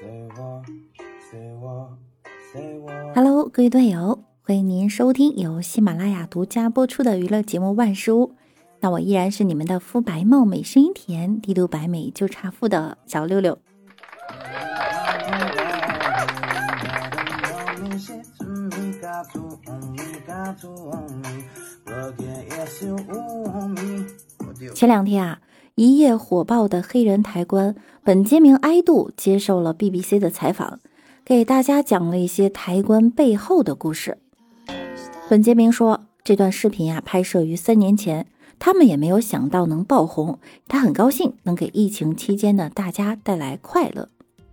Hello， 各位队友，欢迎您收听由喜马拉雅独家播出的娱乐节目《万事屋》。那我依然是你们的肤白貌美、声音甜、低度白美就差富的小六六。前两天啊，一夜火爆的黑人抬棺本杰明·埃杜接受了 BBC 的采访，给大家讲了一些抬棺背后的故事。本杰明说，这段视频啊拍摄于3年前，他们也没有想到能爆红，他很高兴能给疫情期间的大家带来快乐。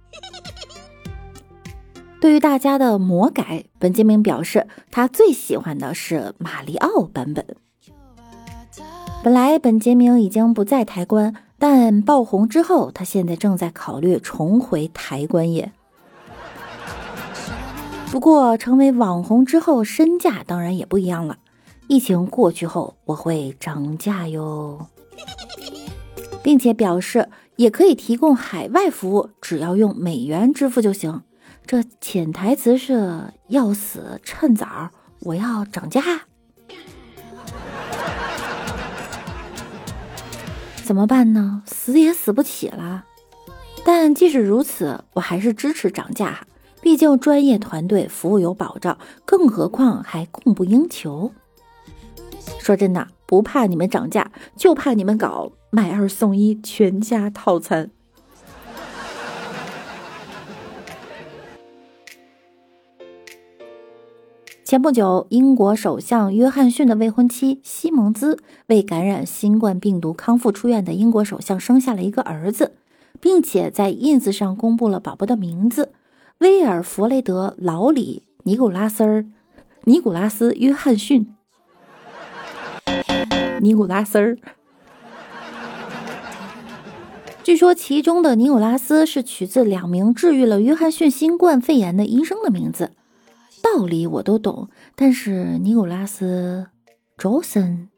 对于大家的魔改，本杰明表示他最喜欢的是马里奥版本。本来本杰明已经不再抬棺，但爆红之后，他现在正在考虑重回抬棺业。不过成为网红之后，身价当然也不一样了。疫情过去后，我会涨价哟，并且表示也可以提供海外服务，只要用美元支付就行。这潜台词是要死趁早，我要涨价。怎么办呢？死也死不起了。但即使如此，我还是支持涨价，毕竟专业团队服务有保障，更何况还供不应求。说真的，不怕你们涨价，就怕你们搞买2送1全家套餐。前不久，英国首相约翰逊的未婚妻西蒙兹为感染新冠病毒康复出院的英国首相生下了一个儿子，并且在 ins 上公布了宝宝的名字威尔弗雷德·劳里·尼古拉斯·约翰逊。尼古拉斯儿。据说其中的尼古拉斯是取自2名治愈了约翰逊新冠肺炎的医生的名字。道理我都懂，但是尼古拉斯·赵森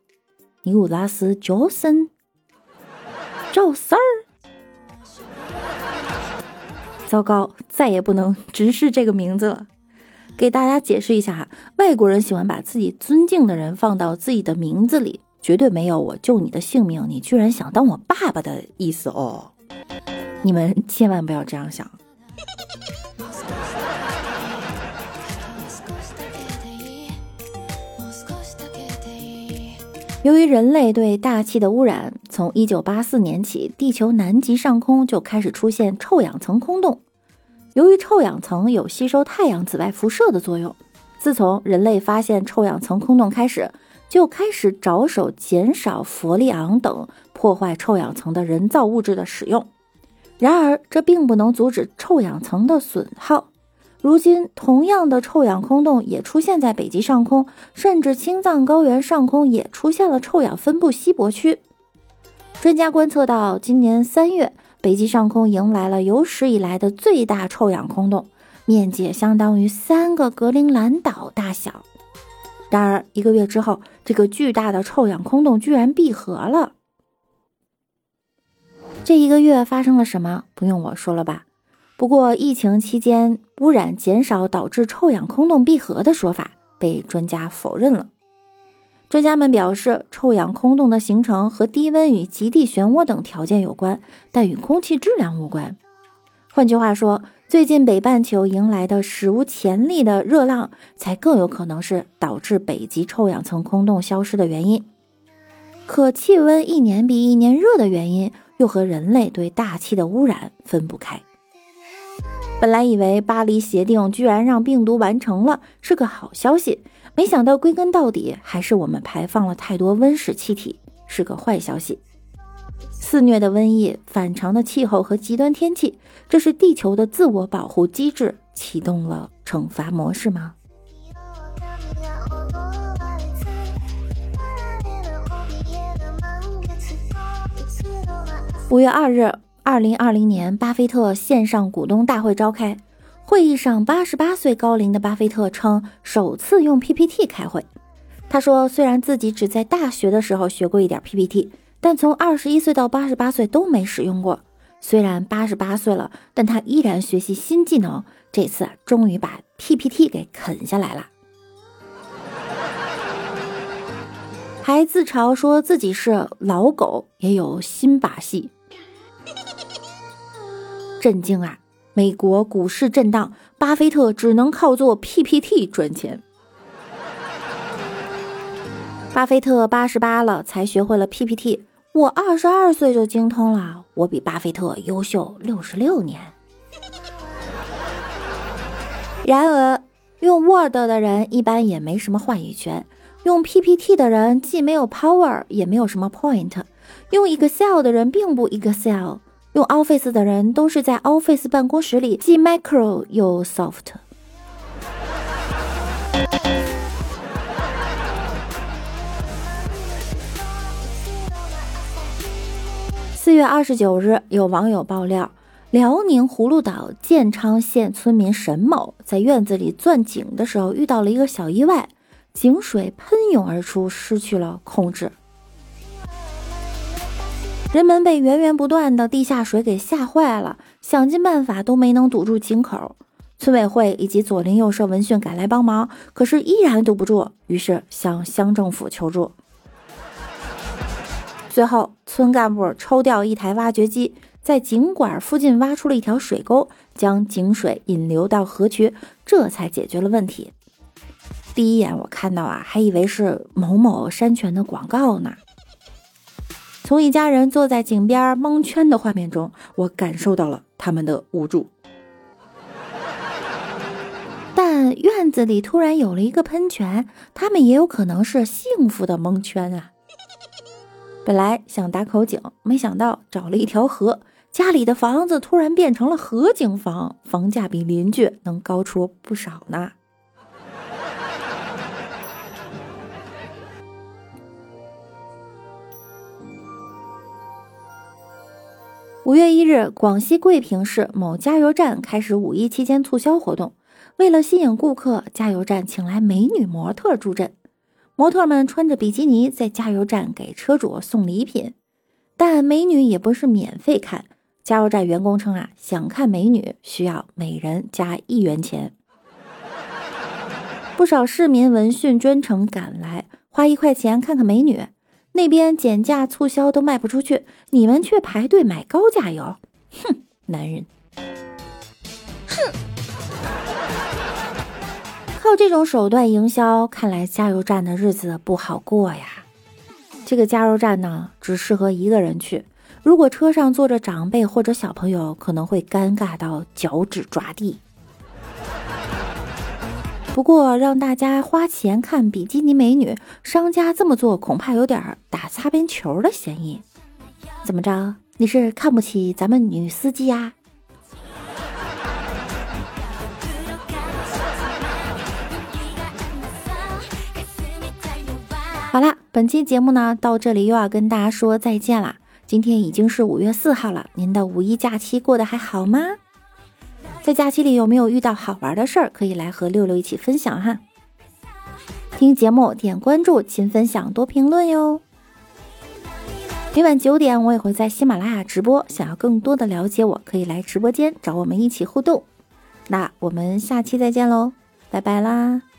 糟糕，再也不能直视这个名字了。给大家解释一下，外国人喜欢把自己尊敬的人放到自己的名字里，绝对没有我救你的性命，你居然想当我爸爸的意思哦。你们千万不要这样想。由于人类对大气的污染，从1984年起，地球南极上空就开始出现臭氧层空洞。由于臭氧层有吸收太阳紫外辐射的作用，自从人类发现臭氧层空洞开始，就开始着手减少氟利昂等破坏臭氧层的人造物质的使用。然而，这并不能阻止臭氧层的损耗。如今，同样的臭氧空洞也出现在北极上空，甚至青藏高原上空也出现了臭氧分布稀薄区。专家观测到，今年3月，北极上空迎来了有史以来的最大臭氧空洞，面积相当于3个格陵兰岛大小。然而1个月之后，这个巨大的臭氧空洞居然闭合了。这1个月发生了什么？不用我说了吧。不过疫情期间污染减少导致臭氧空洞闭合的说法被专家否认了。专家们表示，臭氧空洞的形成和低温与极地漩涡等条件有关，但与空气质量无关。换句话说，最近北半球迎来的史无前例的热浪，才更有可能是导致北极臭氧层空洞消失的原因。可气温1年比1年热的原因，又和人类对大气的污染分不开。本来以为巴黎协定居然让病毒完成了，是个好消息，没想到归根到底还是我们排放了太多温室气体，是个坏消息。肆虐的瘟疫、反常的气候和极端天气，这是地球的自我保护机制启动了惩罚模式吗？5月2日2020年巴菲特线上股东大会召开，会议上88岁高龄的巴菲特称首次用 PPT 开会。他说，虽然自己只在大学的时候学过一点 PPT， 但从21岁到88岁都没使用过， 虽然88岁了，但他依然学习新技能，这次终于把 PPT 给啃下来了。还自嘲说自己是老狗，也有新把戏。震惊啊！美国股市震荡，巴菲特只能靠做 PPT 赚钱。巴菲特88了才学会了 PPT， 我22岁就精通了，我比巴菲特优秀66年。然而，用 Word 的人一般也没什么话语权，用 PPT 的人既没有 power， 也没有什么 point， 用 Excel 的人并不 Excel， 用 Office 的人都是在 Office 办公室里既 Macro 又 Soft。4月29日，有网友爆料，辽宁葫芦岛建昌县村民沈某在院子里钻井的时候遇到了一个小意外，井水喷涌而出，失去了控制。人们被源源不断的地下水给吓坏了，想尽办法都没能堵住井口。村委会以及左邻右舍闻讯赶来帮忙，可是依然堵不住，于是向乡政府求助。最后，村干部抽调一台挖掘机，在井管附近挖出了一条水沟，将井水引流到河渠，这才解决了问题。第一眼我看到还以为是某某山泉的广告呢。从一家人坐在井边蒙圈的画面中，我感受到了他们的无助。但院子里突然有了一个喷泉，他们也有可能是幸福的蒙圈啊。本来想打口井，没想到找了一条河，家里的房子突然变成了河景房，房价比邻居能高出不少呢。5月1日，广西桂平市某加油站开始5一期间促销活动，为了吸引顾客，加油站请来美女模特助阵。模特们穿着比基尼在加油站给车主送礼品，但美女也不是免费看。加油站员工称想看美女需要每人加1元钱。不少市民闻讯专程赶来，花1块钱看看美女。那边减价促销都卖不出去，你们却排队买高价油，哼，男人，哼！靠这种手段营销，看来加油站的日子不好过呀。这个加油站呢，只适合一个人去，如果车上坐着长辈或者小朋友，可能会尴尬到脚趾抓地。不过让大家花钱看比基尼美女，商家这么做恐怕有点打擦边球的嫌疑。怎么着？你是看不起咱们女司机呀？好啦，本期节目呢到这里又要跟大家说再见啦。今天已经是5月4号了，您的5一假期过得还好吗？在假期里有没有遇到好玩的事儿，可以来和六六一起分享哈。听节目点关注，勤分享，多评论哟。每晚9点我也会在喜马拉雅直播，想要更多的了解我，可以来直播间找我们一起互动。那我们下期再见喽，拜拜啦。